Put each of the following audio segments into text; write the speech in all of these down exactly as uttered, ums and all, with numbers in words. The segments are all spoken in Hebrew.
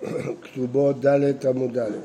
כתובות ד' עמוד א'.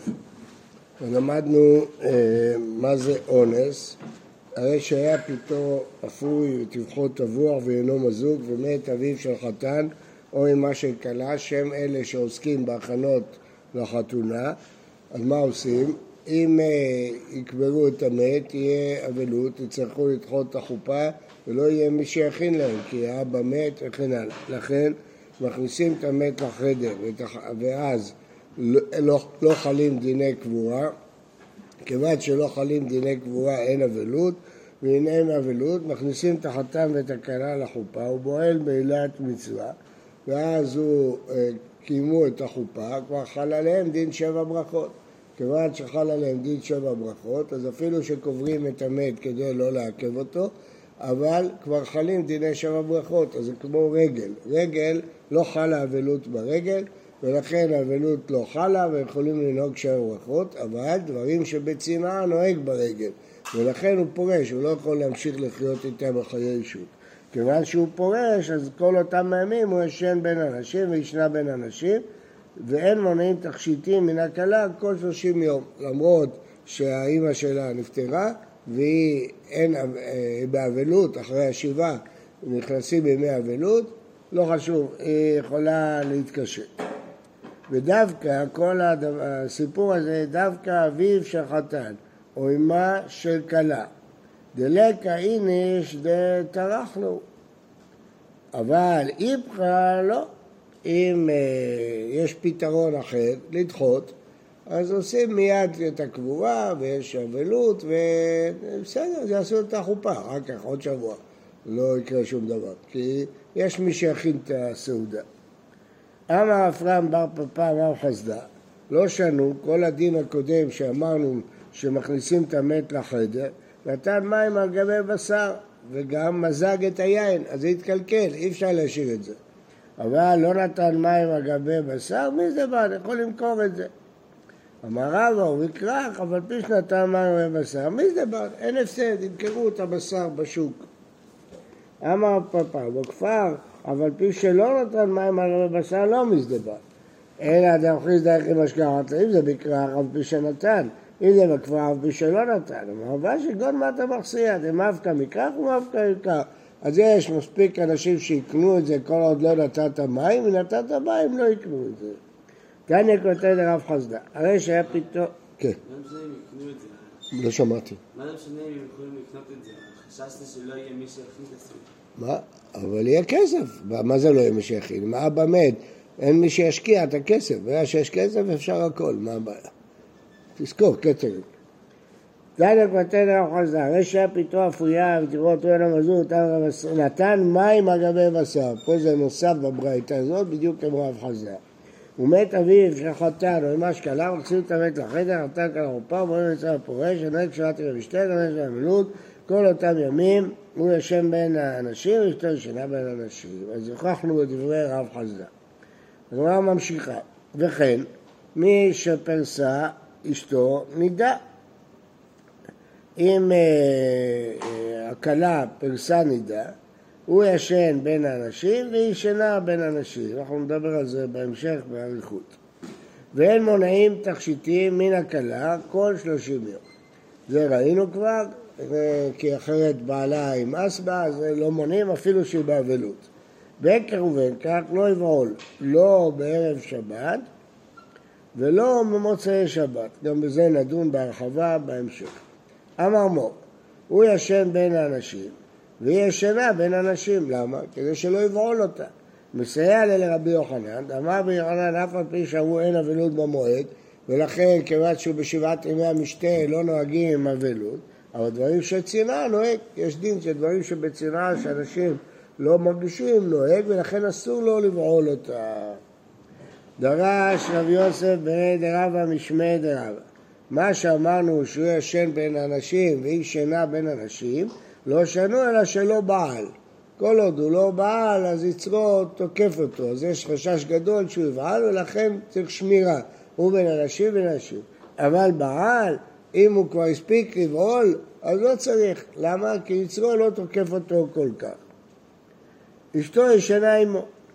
למדנו אה, מה זה אונס, הרי שהיה פיתו אפוי וטבחו טבוח ואינו מזוג ומת אביו של חתן או אמא של כלה, שם אלה שעוסקים בהכנות לחתונה. אז מה עושים? אם אה, יקברו את המת, יהיה אבלות, יצטרכו לדחות את החופה ולא יהיה מי שיכין להם, כי האבא מת וכן הלאה. לכן מכניסים את המת לחדר ואז לא, לא, לא חלים דיני קבורה. כיוון שלא חלים דיני קבורה אין אבלות, ואם אין אבלות מכניסים את החתן ואת הכלה לחופה, הוא בועל בעילת מצווה, ואז הוא אה, קיימו את החופה, כבר חל עליהם דין שבע ברכות. כיוון שחל עליהם דין שבע ברכות, אז אפילו שקוברים את המת כדי לא לעכב אותו, אבל כבר חלים דיני שבע ברכות, אז זה כמו רגל. רגל לא חלה אבלות ברגל, ולכן האבלות לא חלה ויכולים לנהוג שבע ברכות, אבל דברים שבצנעה נוהג ברגל, ולכן הוא פורש, הוא לא יכול להמשיך לחיות איתה בחיי אישות. כיוון שהוא פורש, אז כל אותם ימים הוא ישן בין אנשים וישנה בין אנשים, ואין מונעים תכשיטים מן הכלה כל שלושים יום, למרות שהאימא שלה נפטרה, והיא אין באבלות, אחרי השבעה נכנסים בימי אבלות, לא חשוב, היא יכולה להתקשר. ודווקא כל הסיפור הזה, דווקא אביו של חתן, או אמה של כלה, דלקה איניש דתרחנו. אבל איפכה לא. אם uh, יש פתרון אחר, לדחות, אז עושים מיד את הקבורה, ויש אבלות, ובסדר, זה עשו את החופה, רק כך עוד שבוע, לא יקרה שום דבר, כי יש מי שיכין את הסעודה. אמר אפרים בר פפא אמר חסדה, לא שנו, כל הדין הקודם שאמרנו שמכניסים את המת לחדר, נתן מים על גבי בשר, וגם מזג את היין, אז זה התקלקל, אי אפשר להשאיר את זה. אבל לא נתן מים על גבי בשר, מי זה בא? אני יכול למכור את זה. אמר רבא, הוא יקרח, אבל פי שנתן מים על גבי בשר, מי זה בא? אין הפסד, ימכרו את הבשר בשוק. אמר פפא, בכפר, אבל פי שלא נתן מים על גבי בשר, לא מזדבר. אלא אדם חריס דרך עם השגחת, אם זה בקרח, אבל פי שנתן. אם זה בכפר, אבל פי שלא נתן. אמר רבא, שגון מה אתה מחסיע? זה מאבקה מקרח ומאבקה מקרח. אז יש מספיק אנשים שיקנו את זה כל עוד לא נתת מים, ונתת מים לא יקנו את זה. תניא כותב לרב חסדה, הרי שהיה פתאום... כן. מה משנה אם יקנו את זה? לא שמעתי. מה משנה אם יכולים לקנות את זה? חששתי שלא יהיה מי שיכין את זה. מה? אבל יהיה כסף. מה זה לא יהיה מי שיכין? אם האבא מת, אין מי שישקיע את הכסף. והיה שיש כסף אפשר הכל, מה הבעיה? תזכור, קטרים. תניא כותב לרב חסדה, הרי שהיה פתאום אפויה ותראו אין המזור, נתן מים על גבי בשר. פה זה נוסף בברייתא הזאת, בדיוק כמו רב חסדה. הוא מת אביו של חתן או אמא של כלה, מכניסים את המת לחדר, נתן כאן לחופה, ובואו נמצא בפורש, נהג קשרתי למשתה, נהג של אבלות, כל אותם ימים הוא ישן בין האנשים ואשתו ישנה בין האנשים. אז הוכחנו בדברי רב חסדה. אז הוא ממשיכה, וכן, מי שפרסה אשתו נידה. אם uh, uh, הכלה פרסה נידה, הוא ישן בין האנשים והיא ישנה בין האנשים. אנחנו נדבר על זה בהמשך באריכות. ואין מונעים תכשיטים מן הכלה כל שלושים יום. זה ראינו כבר, כי אחרת בעלה עם אסבה, אז לא מונעים אפילו שהיא באבלות. בין כך ובין כך לא יבעול, לא בערב שבת ולא במוצאי שבת. גם בזה נדון בהרחבה בהמשך. אמר מור, הוא ישן בין האנשים, והיא ישנה בין האנשים. למה? כדי שלא יבעול אותה. מסייע לרבי יוחנן, אמר רבי יוחנן, אף על פי שאמרו אין אבלות במועד, ולכן כיוון שהוא בשבעת ימי המשתה לא נוהגים עם אבלות, אבל דברים שצנעה נוהג, יש דין שדברים שבצנעה שאנשים לא מרגישים נוהג, ולכן אסור לו לבעול אותה. דרש רבי יוסף בני דרבא משמי דרבא. מה שאמרנו שהוא ישן בין אנשים והיא שנה בין אנשים, לא שנו אלא שלא בעל. כל עוד הוא לא בעל, אז יצרו תוקף אותו. אז יש חשש גדול שהוא יבעל, ולכן צריך שמירה. הוא בין אנשים ובין אנשים. אבל בעל, אם הוא כבר הספיק לבעול, אז לא צריך. למה? כי יצרו לא תוקף אותו כל כך. אשתו ישנה עמו.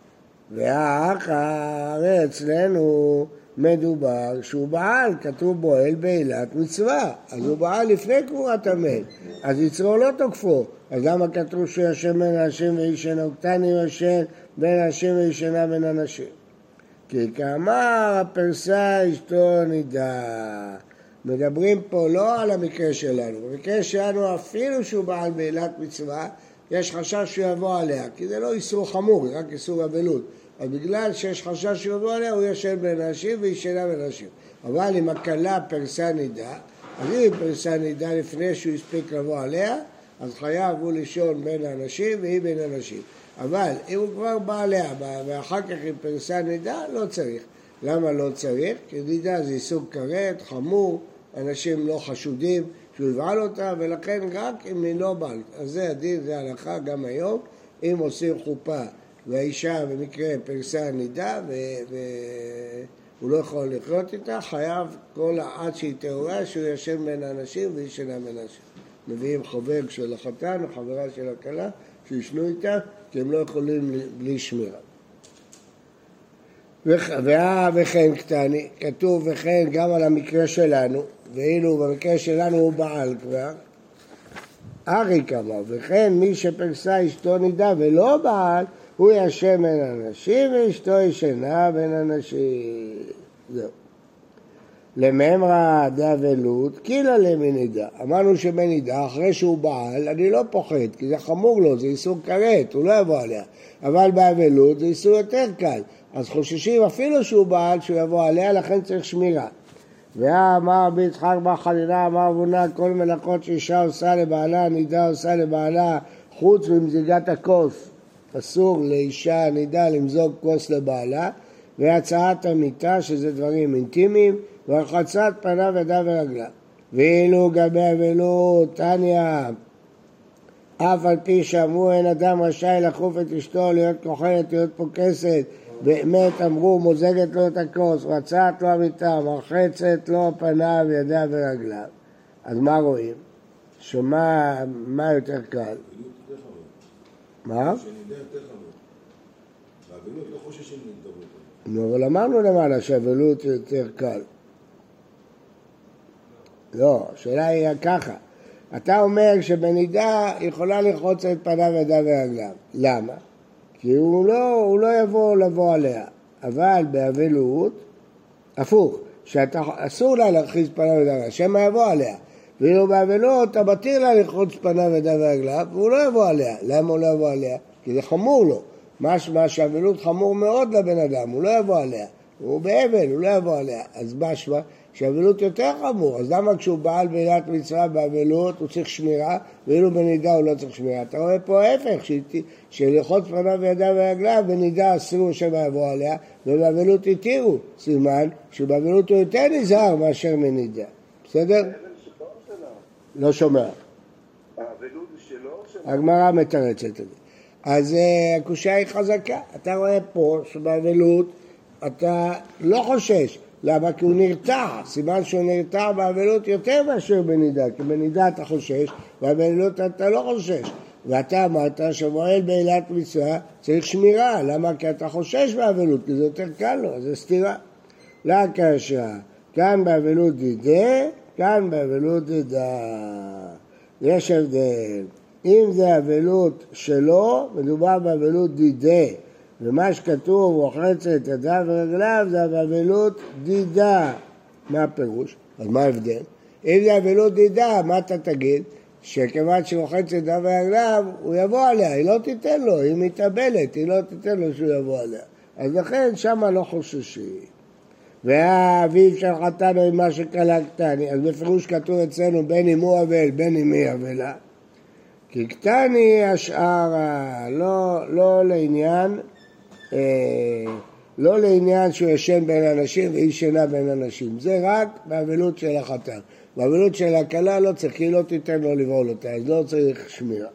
והאחר אצלנו מדובר שהוא בעל, כתוב בו אל בעילת מצווה, אז הוא בעל לפני קבורת המת, אז יצרו לא תוקפו, אז למה כתוב שהוא ישן בין אנשים וישנה, קטני ישן בין אנשים וישנה בין אנשים? כי כאמר הפרסה אשתו נידה. מדברים פה לא על המקרה שלנו, במקרה שלנו אפילו שהוא בעל בעילת מצווה, יש חשש שהוא יבוא עליה, כי זה לא איסור חמור, זה רק איסור אבלות. אז בגלל שיש חשש שהוא יבוא עליה, הוא ישן בין אנשים וישנה בין אנשים. אבל אם הכלה פרסה נידה, אז אם פרסה נידה לפני שהוא הספיק לבוא עליה, אז חייב הוא לישון בין האנשים והיא בין אנשים. אבל אם הוא כבר בא עליה ואחר כך עם פרסה נידה, לא צריך. למה לא צריך? כי נידה זה איסור כרת, חמור, אנשים לא חשודים שהוא יבעל אותה, ולכן רק אם היא לא בעל. אז זה הדין, זה ההלכה גם היום. אם עושים חופה והאישה במקרה פרסה נידה והוא לא יכול לחיות איתה, חייב כל עד שהיא תאורה שהוא ישן בין האנשים וישנה בין אנשים. מביאים חבר של החתן או חברה של הכלה שישנו איתה, כי הם לא יכולים בלי שמירה. וכן קטני, כתוב וכן גם על המקרה שלנו, ואילו במקרה שלנו הוא בעל כבר, אריק אמר, וכן מי שפרסה אשתו נידה ולא בעל, הוא ישן בין אנשים ואשתו ישנה בין אנשים. זהו. לממרא דאבלות, קילה למנידה. אמרנו שבנידה, אחרי שהוא בעל, אני לא פוחד, כי זה חמור לו, זה איסור כרת, הוא לא יבוא עליה. אבל באבלות זה איסור יותר קל. אז חוששים אפילו שהוא בעל, שהוא יבוא עליה, לכן צריך שמירה. ואמר ביצחק בר חנינא, אמר אבונה, כל מלאכות שאישה עושה לבעלה, נידה עושה לבעלה, חוץ ממזיגת הכוס. אסור לאישה נידה למזוג כוס לבעלה, והצעת המיטה, שזה דברים אינטימיים, ורחצת פניו ידיו ורגליו. ואילו גבי אבלות, תניא, אף על פי שאמרו אין אדם רשאי לחוף את אשתו, להיות כוחנת, להיות פוקסת, באמת אמרו מוזגת לו את הכוס, רצת לו המיטה, מרחצת לו פניו ידיו ורגליו. אז מה רואים? שמה מה יותר קל? מה? נו, אבל אמרנו למעלה שהאבלות יותר קל. לא, השאלה היא ככה. אתה אומר שבנידה יכולה לרחוץ את פניו ידיו ורגליו. למה? כי הוא לא, הוא לא יבוא לבוא עליה. אבל באבלות, הפוך, שאתה אסור לה להרחיץ פניו ידיו ורגליו, שמא יבוא עליה. ואילו באבלות אתה מתיר לה לרחוץ פניו ידיו ורגליו, והוא לא יבוא עליה. למה הוא לא יבוא עליה? כי זה חמור לו. משמע שהאבלות חמור מאוד לבן אדם, הוא לא יבוא עליה. הוא באבל, הוא לא יבוא עליה. אז משמע שהאבלות יותר חמור. אז למה כשהוא בעל בעילת מצווה באבלות הוא צריך שמירה, ואילו בנידה הוא לא צריך שמירה? אתה רואה פה ההפך, שלרחוץ פניו וידיו ורגליו, בנידה אסור שמא יבוא עליה, ובאבלות התירו. סימן שבאבלות הוא יותר נזהר מאשר מנידה. בסדר? לא שומע. האבלות שלו? הגמרא מתרצת את זה. אז הקושיה היא חזקה. אתה רואה פה שבאבלות אתה לא חושש. למה? כי הוא נרתע. סימן שהוא נרתע באבלות יותר מאשר בנידה. כי בנידה אתה חושש, ובאבלות אתה לא חושש. ואתה אמרת שמועל בעילת מצווה צריך שמירה. למה? כי אתה חושש באבלות, כי זה יותר קל לו, אז זה סתירה. לא קשה. כאן באבלות דידה, כאן באבלות דידה. יש הבדל. אם זה אבלות שלו, מדובר באבלות דידה. ומה שכתוב, הוא רוחצת ידיו ורגליו, זה אבלות דידה. מה הפירוש? אז מה ההבדל? אם זה אבלות דידה, מה אתה תגיד? שכיוון שרוחצת ידיו ורגליו, הוא יבוא עליה, היא לא תיתן לו, היא מתאבלת, היא לא תיתן לו שהוא יבוא עליה. אז לכן שמה לא חוששים. והאביב של חתנו עם מה שקלה קטני, אז בפירוש כתוב אצלנו בין אם הוא אבל, בין אם היא אבלה. כי קטני השאר, לא, לא לעניין, אה, לא לעניין שהוא ישן בין אנשים והיא ישנה בין אנשים. זה רק באבלות של החתן. באבלות של הכלה לא צריך, כי לא תיתן לו לבעול אותה, אז לא צריך שמירה.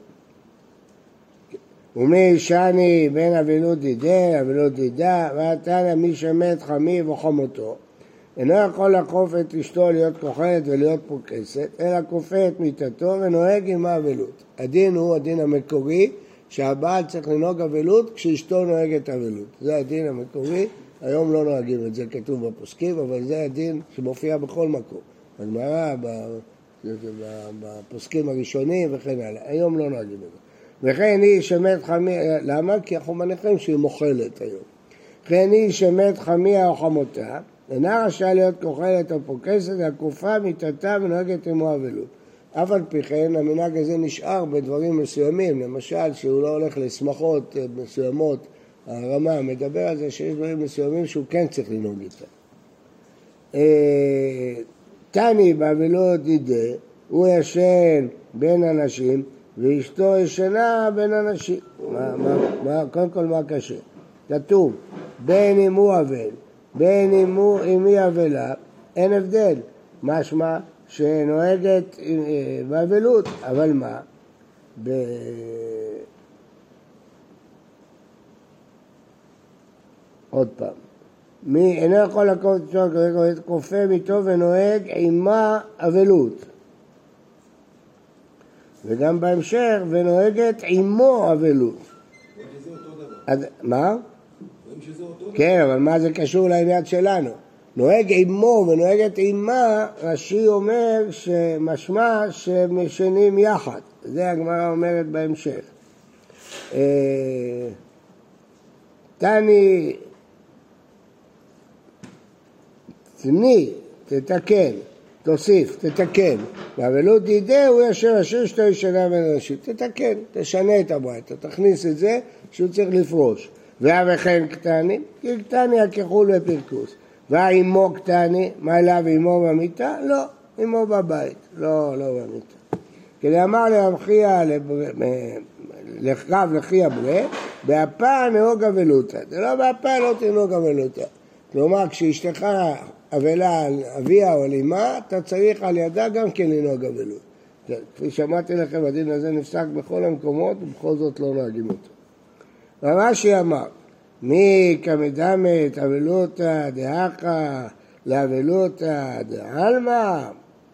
ומי ישני בין אבלות דידה, אבלות דידה, והתנא מי שמת חמיו וחמותו. אינו יכול לחוף את אשתו להיות כוחנת ולהיות פוקסת, אלא כופה את מיטתו ונוהג עם האבלות. הדין הוא הדין המקורי, שהבעל צריך לנהוג אבלות כשאשתו נוהגת אבלות. זה הדין המקורי, היום לא נוהגים את זה, כתוב בפוסקים, אבל זה הדין שמופיע בכל מקום. בגמרא, בפוסקים הראשונים וכן הלאה. היום לא נוהגים את זה. וכן היא שמת חמיה, למה? כי אנחנו מניחים שהיא מוכלת היום. וכן היא שמת חמיה או חמותה, אינה רשאי להיות כוחלת או פוקסת, הכופה מיתתה ונוהגת עמו אבלות. אף על פי כן המנהג הזה נשאר בדברים מסוימים, למשל שהוא לא הולך לשמחות מסוימות, הרמה מדבר על זה שיש דברים מסוימים שהוא כן צריך לנהוג איתה. תני באבלות דידה, הוא ישן בין אנשים ואשתו ישנה בין אנשים. מה, מה, מה, קודם כל מה קשה? כתוב, בין אם הוא אבל, בין אם הוא אם היא אבלה, אין הבדל. משמע שנוהגת באבלות, אבל מה? ב... עוד פעם. מי אינו יכול לקום את שוק, כופה מיתו ונוהג עימה אבלות. וגם בהמשך, ונוהגת עימו אבלות. שזה אותו דבר. מה? רואים שזה אותו דבר. כן, אבל מה זה קשור לעניין שלנו? נוהג עימו ונוהגת עימה, רש"י אומר שמשמע שהם ישנים יחד. זה הגמרא אומרת בהמשך. תני, תני, תתקן, תוסיף, תתקן. באבלות דידה הוא ישר אשר אשתו ישנה בין אנשים. תתקן, תשנה את הברייתא, תכניס את זה שהוא צריך לפרוש. וכן קטני, כי קטני הכחול בפרקוס. והאימו קטני, מה אליו אימו במיטה? לא, אימו בבית, לא, לא במיטה. כדי אמר להמחיע, לרב לחיה ברה, בהפה נהוג אבלותה. זה לא בהפה לא תנהוג אבלותה. כלומר, כשאשתך אבלה על אביה או על אימה, אתה צריך על ידה גם כן לנהוג אבלות. כפי שאמרתי לכם, הדין הזה נפסק בכל המקומות, ובכל זאת לא נוהגים אותו. רש"י אמר, מי כמדמת אבלותא דהכא לאבלותא דעלמא?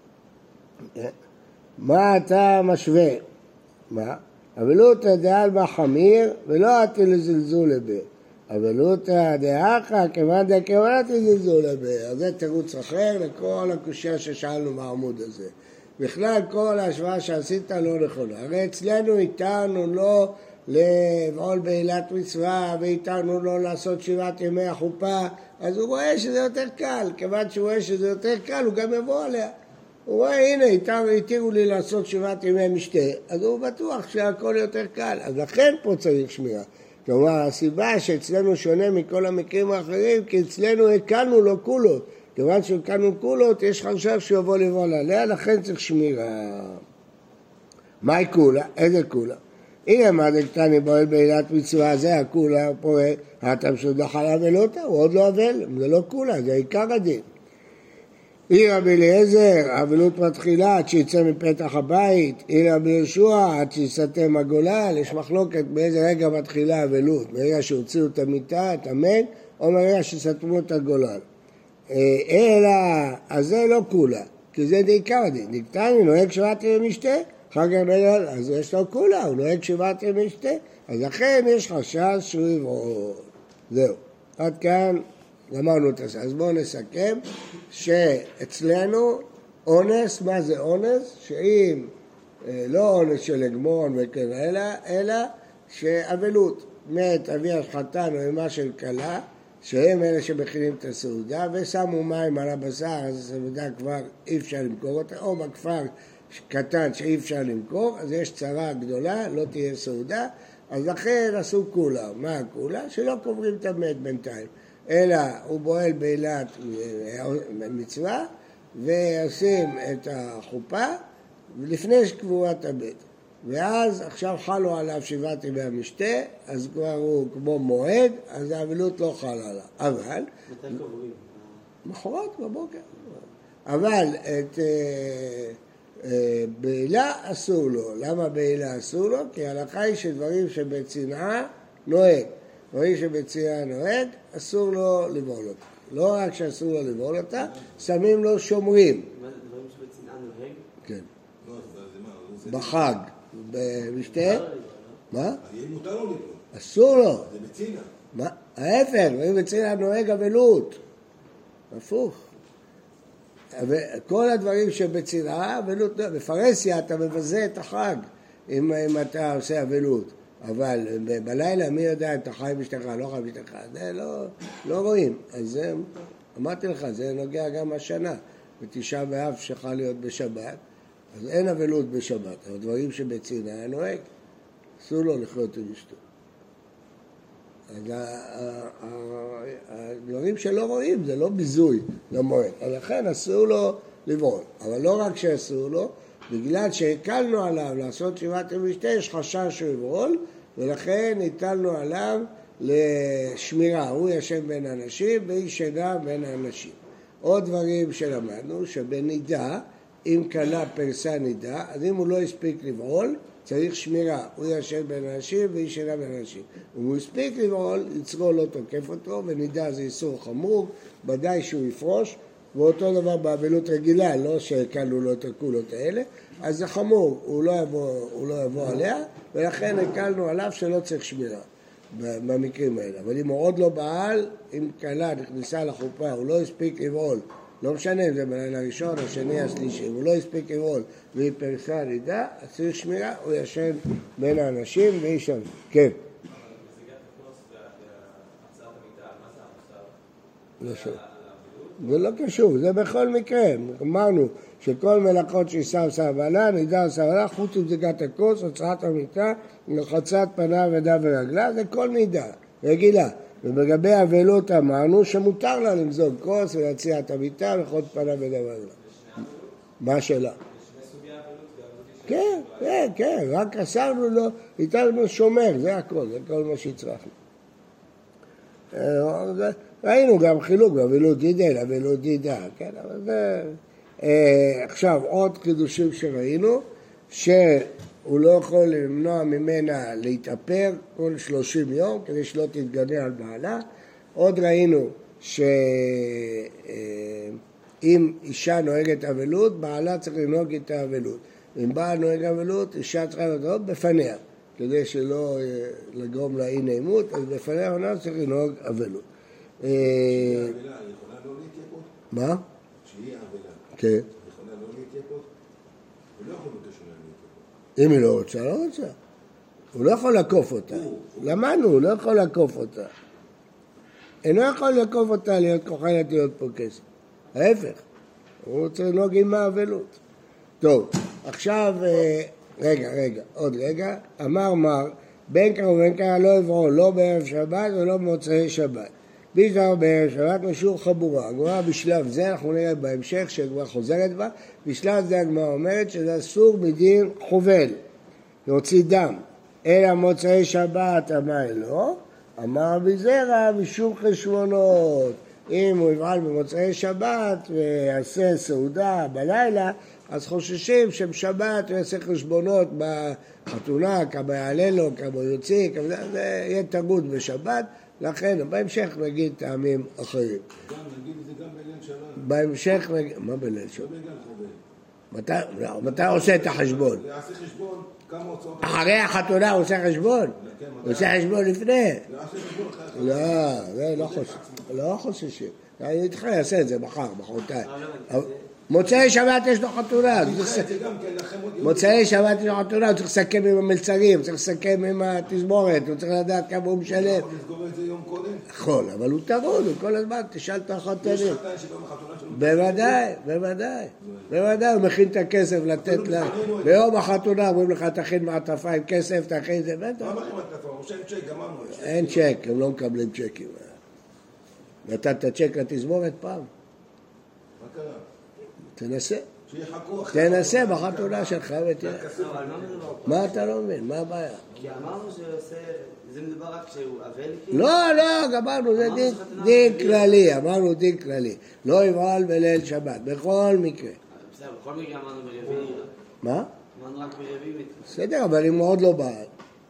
מה אתה משווה? מה? אבלותא דעלמא חמיר ולא אתי לזלזול בה. אבלותא דהכא כיוון דכיוון אתי לזלזול בה. אז זה תירוץ אחר לכל הקושיה ששאלנו בעמוד הזה. בכלל כל ההשוואה שעשית לא נכונה. הרי אצלנו איתנו לא לבעול בעילת מצווה, ואיתנו לא לעשות שבעת ימי החופה, אז הוא רואה שזה יותר קל, כיוון שהוא רואה שזה יותר קל, הוא גם יבוא עליה. הוא רואה, הנה, התירו לי לעשות שבעת ימי משתה, אז הוא בטוח שהכל יותר קל, אז לכן פה צריך שמירה. כלומר, הסיבה שאצלנו שונה מכל המקרים האחרים, כי אצלנו הקלנו לו קולות, כיוון שהקלנו קולות, יש חשב שיבוא לבעול עליה, לכן צריך שמירה. מהי קולה? איזה קולה? הנה מה זה קטני בועל בעילת מצווה, זה הקולה פועל, אתה פשוט לא חייב אלותה, הוא עוד לא אבל, זה לא קולה, זה עיקר הדין. היא רבי אליעזר, אבלות מתחילה עד שיצא מפתח הבית, היא רבי יהושע עד שיסתם הגולל, יש מחלוקת באיזה רגע מתחילה אבלות, ברגע שהוציאו את המיטה, את המן, או ברגע שסתמו את הגולל. אלא, אז זה לא קולה, כי זה עיקר הדין, דקטני נוהג שבעת ימי משתה, אחר כך נגיד, אז יש לו קולה, הוא נוהג שבעת ימי משתה, אז לכן יש חשש שהוא יברור. זהו, עד כאן גמרנו את זה. אז בואו נסכם שאצלנו אונס, מה זה אונס? שאם אה, לא אונס של הגמון וכן אלא, אלא שאבלות, מת אבי החתן או אמה של כלה, שהם אלה שמכינים את הסעודה, ושמו מים על הבשר, אז הסעודה כבר אי אפשר למכור אותה, או בכפר קטן שאי אפשר למכור, אז יש צרה גדולה, לא תהיה סעודה, אז לכן עשו קולה. מה הקולה? שלא קוברים את המת בינתיים, אלא הוא בועל בעילת מצווה, ועושים את החופה לפני קבורת המת. ואז עכשיו חלו עליו שבעת ימי המשתה, אז כבר הוא כמו מועד, אז האבלות לא חלה עליו. אבל... מתי קוברים? מחרת בבוקר. אבל את... בעילה אסור לו. למה בעילה אסור לו? כי ההלכה היא שדברים שבצנעה נוהג. דברים שבצנעה נוהג, אסור לו לבעול אותה. לא רק שאסור לו לבעול אותה, שמים לו שומרים. מה זה דברים שבצנעה נוהג? כן. בחג, במשתה, מה? יהיה מותר לו לבעול. אסור לו. זה בצינה. מה? ההפך, אם בצינה נוהג אבלות. הפוך. כל הדברים שבצינה, אבלות, בפרהסיה אתה מבזה את החג אם, אם אתה עושה אבלות. אבל בלילה מי יודע אם אתה חי בשתך, לא חי בשתך, זה לא, לא רואים. אז זה, אמרתי לך, זה נוגע גם השנה. בתשעה באב שחל להיות בשבת, אז אין אבלות בשבת. אבל דברים שבצינה היה נוהג, אסור לו לחיות עם אשתו. אז הדברים שלא רואים זה לא ביזוי למועד, לכן אסור לו לבעול. אבל לא רק שאסור לו, בגלל שהקלנו עליו לעשות שבעת ימי משתה, יש חשש שהוא יבעול, ולכן הטלנו עליו לשמירה. הוא ישן בין האנשים וישנה בין האנשים. עוד דברים שלמדנו, שבנידה, אם קלה פרסה נידה, אז אם הוא לא הספיק לבעול, צריך שמירה, הוא ישן בין אנשים וישנה בין אנשים. אם הוא הספיק לבעול, יצרו לא תוקף אותו, ונידה זה איסור חמור, ודאי שהוא יפרוש, ואותו דבר באבלות רגילה, לא שהקלנו לו את הקולות האלה, אז זה חמור, הוא לא יבוא, הוא לא יבוא עליה, ולכן הקלנו עליו שלא צריך שמירה במקרים האלה. אבל אם הוא עוד לא בעל, אם קלה נכנסה לחופה, הוא לא הספיק לבעול, לא משנה אם זה בלילה הראשון, השני, השלישי, אם הוא לא הספיק לבעול והיא פרסה נידה, אז צריך שמירה, הוא ישן בין האנשים וישן. כן. לא שוב. זה לא קשור, זה בכל מקרה. אמרנו שכל מלאכות ששם שם בעלה, נידה שם בעלה, חוץ מזיגת הכוס, הוצאת המיטה, לחצת פניו ידיו ורגלה, זה כל נידה, רגילה. ובגבי אבלות אמרנו שמותר לה למזוג כוס ולהציע את המיטה ולחצות פניו ידיו ורגלה. מה השאלה? כן, כן, כן, רק אסרנו לו, איתנו שומר, זה הכל, זה כל מה שהצרכנו. ראינו גם חילוק באבלות דידה לאבלות דידה, כן, אבל זה... עכשיו, עוד חידושים שראינו, שהוא לא יכול למנוע ממנה להתאפר כל שלושים יום, כדי שלא תתגנה על בעלה. עוד ראינו שאם אישה נוהגת אבלות, בעלה צריך לנהוג את האבלות. אם בעל נוהג אבלות, אישה צריכה לנהוג בפניה, כדי שלא לגרום לה אי נעימות, אז בפניה עונה צריך לנהוג אבלות. שהיא אבלה, היא יכולה לא להתייפות? מה? שהיא אבלה. כן. היא יכולה לא להתייפות? הוא לא יכול בקשר להתייפות. אם היא לא רוצה, לא רוצה. הוא לא יכול לקוף אותה. למדנו, הוא לא יכול לקוף אותה. אינו יכול לקוף אותה להיות כוחנת להיות פה כסף. ההפך. הוא רוצה לנהוג עם האבלות. טוב, עכשיו, רגע, רגע, עוד רגע. אמר מר, בין כך ובין כך לא יברעו, לא בערב שבת ולא במוצאי שבת. בישדר בערב שבת משור חבורה. הגמרא בשלב זה, אנחנו נראה בהמשך שהגמרא חוזרת בה, בשלב זה הגמרא אומרת שזה אסור מדין חובל, להוציא דם. אלא מוצאי שבת אמר לא, אמר בזרע משום חשבונות. אם הוא יבעל במוצאי שבת ויעשה סעודה בלילה, אז חוששים שבשבת הוא יעשה חשבונות בחתונה, כמה יעלה לו, כמה יוציא, כמה... זה יהיה תגוד בשבת, לכן בהמשך נגיד טעמים אחרים. גם נגיד את זה גם בליל שבת. בהמשך נגיד... מה בליל שבת? לא בגן חובל. מתי, לא, מתי עושה את החשבון? הוא יעשה חשבון כמה הוצאות... אחרי החתונה הוא עושה חשבון? הוא עושה חשבון לפני? הוא יעשה חשבון אחרי... לא, זה לא חושש. לא חוששים. אני איתך אעשה את זה מחר, מחרתיים. מוצאי שבת יש לו חתונה. מוצאי שבת יש לו חתונה, הוא צריך לסכם עם המלצרים, הוא צריך לסכם עם התזמורת, הוא צריך לדעת כמה הוא משלם. הוא יכול לסגור את זה יום קודם? יכול, אבל הוא טרוד, הוא כל הזמן, תשאל את החתנים. יש חתן שגם החתונה שלו... בוודאי, בוודאי. בוודאי, הוא מכין את הכסף לתת לה. ביום החתונה אומרים לך, תכין מעטפה עם כסף, תכין זה, בטח. מה מכין מעטפה? הוא עושה עם צ'ק, גמרנו. אין צ'ק, הם לא מקבלים צ'קים. נתת צ'ק לתזמורת פעם? מה קרה? תנסה. שיחכו אחרי... תנסה בחתונה שלך ותראה. מה אתה לא מבין? מה הבעיה? כי אמרנו שעושה... זה מדובר רק כשהוא אבל? לא, לא, גמרנו, זה דין כללי, אמרנו דין כללי. לא יבעל בליל שבת, בכל מקרה. בסדר, בכל מקרה אמרנו ברביעי. מה? אמרנו רק ברביעי. בסדר, אבל אם הוא עוד לא בעל.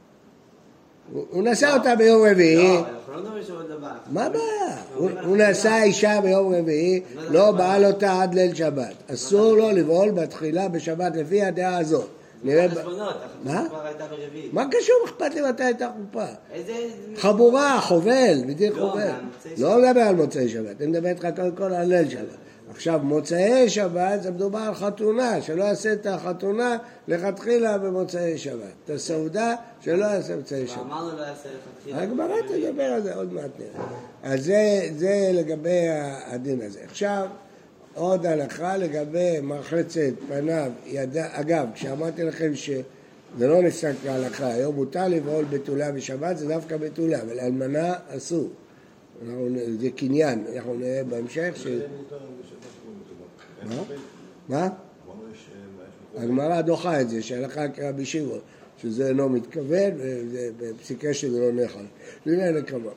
הוא נשא אותה ביום רביעי. לא, אנחנו לא נדבר שעוד לבעל. מה הבעיה? הוא נשא אישה ביום רביעי, לא בעל אותה עד ליל שבת. אסור לו לבעול בתחילה בשבת לפי הדעה הזאת. נראה... החשבונות, מה? החשבונות כבר הייתה ברביעית. מה קשור? אכפת לי מתי הייתה חופה? איזה... חבורה, חובל, בדין לא, חובל. מהמוצאי שבת. לא מדבר על מוצאי שבת, אני מדבר איתך קודם כל על ליל שבת. עכשיו, מוצאי שבת זה מדובר על חתונה, שלא יעשה את החתונה לכתחילה במוצאי שבת. את הסעודה שלא יעשה במוצאי שבת. ואמרנו לא יעשה לכתחילה. הגמרא תדבר על זה עוד מעט נראה. אז זה, זה לגבי הדין הזה. עכשיו, עוד הלכה לגבי מרחצת פניו, ידה, אגב, כשאמרתי לכם שזה לא נפסק להלכה, היום מותר לבעול בתולה בשבת, זה דווקא בתולה, אבל אלמנה אסור. אנחנו, זה קניין, אנחנו נראה בהמשך ש... מה? מה? הגמרא דוחה את זה, שהלכה כרבי שמעון, שזה אינו מתכוון, ובפסיקה שזה לא נאכל. הנה נקמה.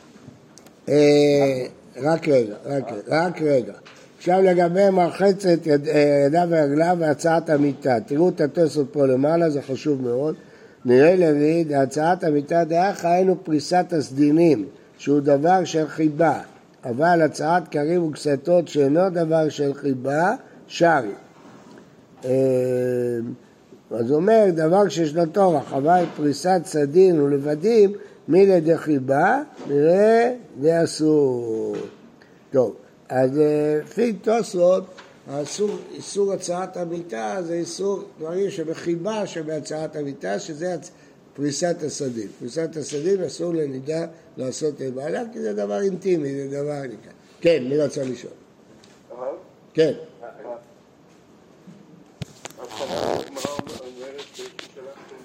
רק רגע, רק רגע, רק רגע. עכשיו לגבי מרחצת יד, ידיו ורגליו והצעת המיטה. תראו את התוספות פה למעלה, זה חשוב מאוד. נראה לרעיד, הצעת המיטה דאחה היינו פריסת הסדינים, שהוא דבר של חיבה, אבל הצעת קרים וקסתות שאינו דבר של חיבה, שרי. אז הוא אומר, דבר שיש לו תורח, אבל פריסת סדין ולבדים, מילי דחיבה, נראה ואסור. טוב. אז לפי תוספות, איסור הצעת המיטה זה איסור דברים שבחיבה שבהצעת המיטה, שזה פריסת הסדין. פריסת הסדין אסור לנידה לעשות את בעלה, כי זה דבר אינטימי, זה דבר נקרא. כן, מי רצה לשאול? כן. אז הגמרא אומרת ששלחתם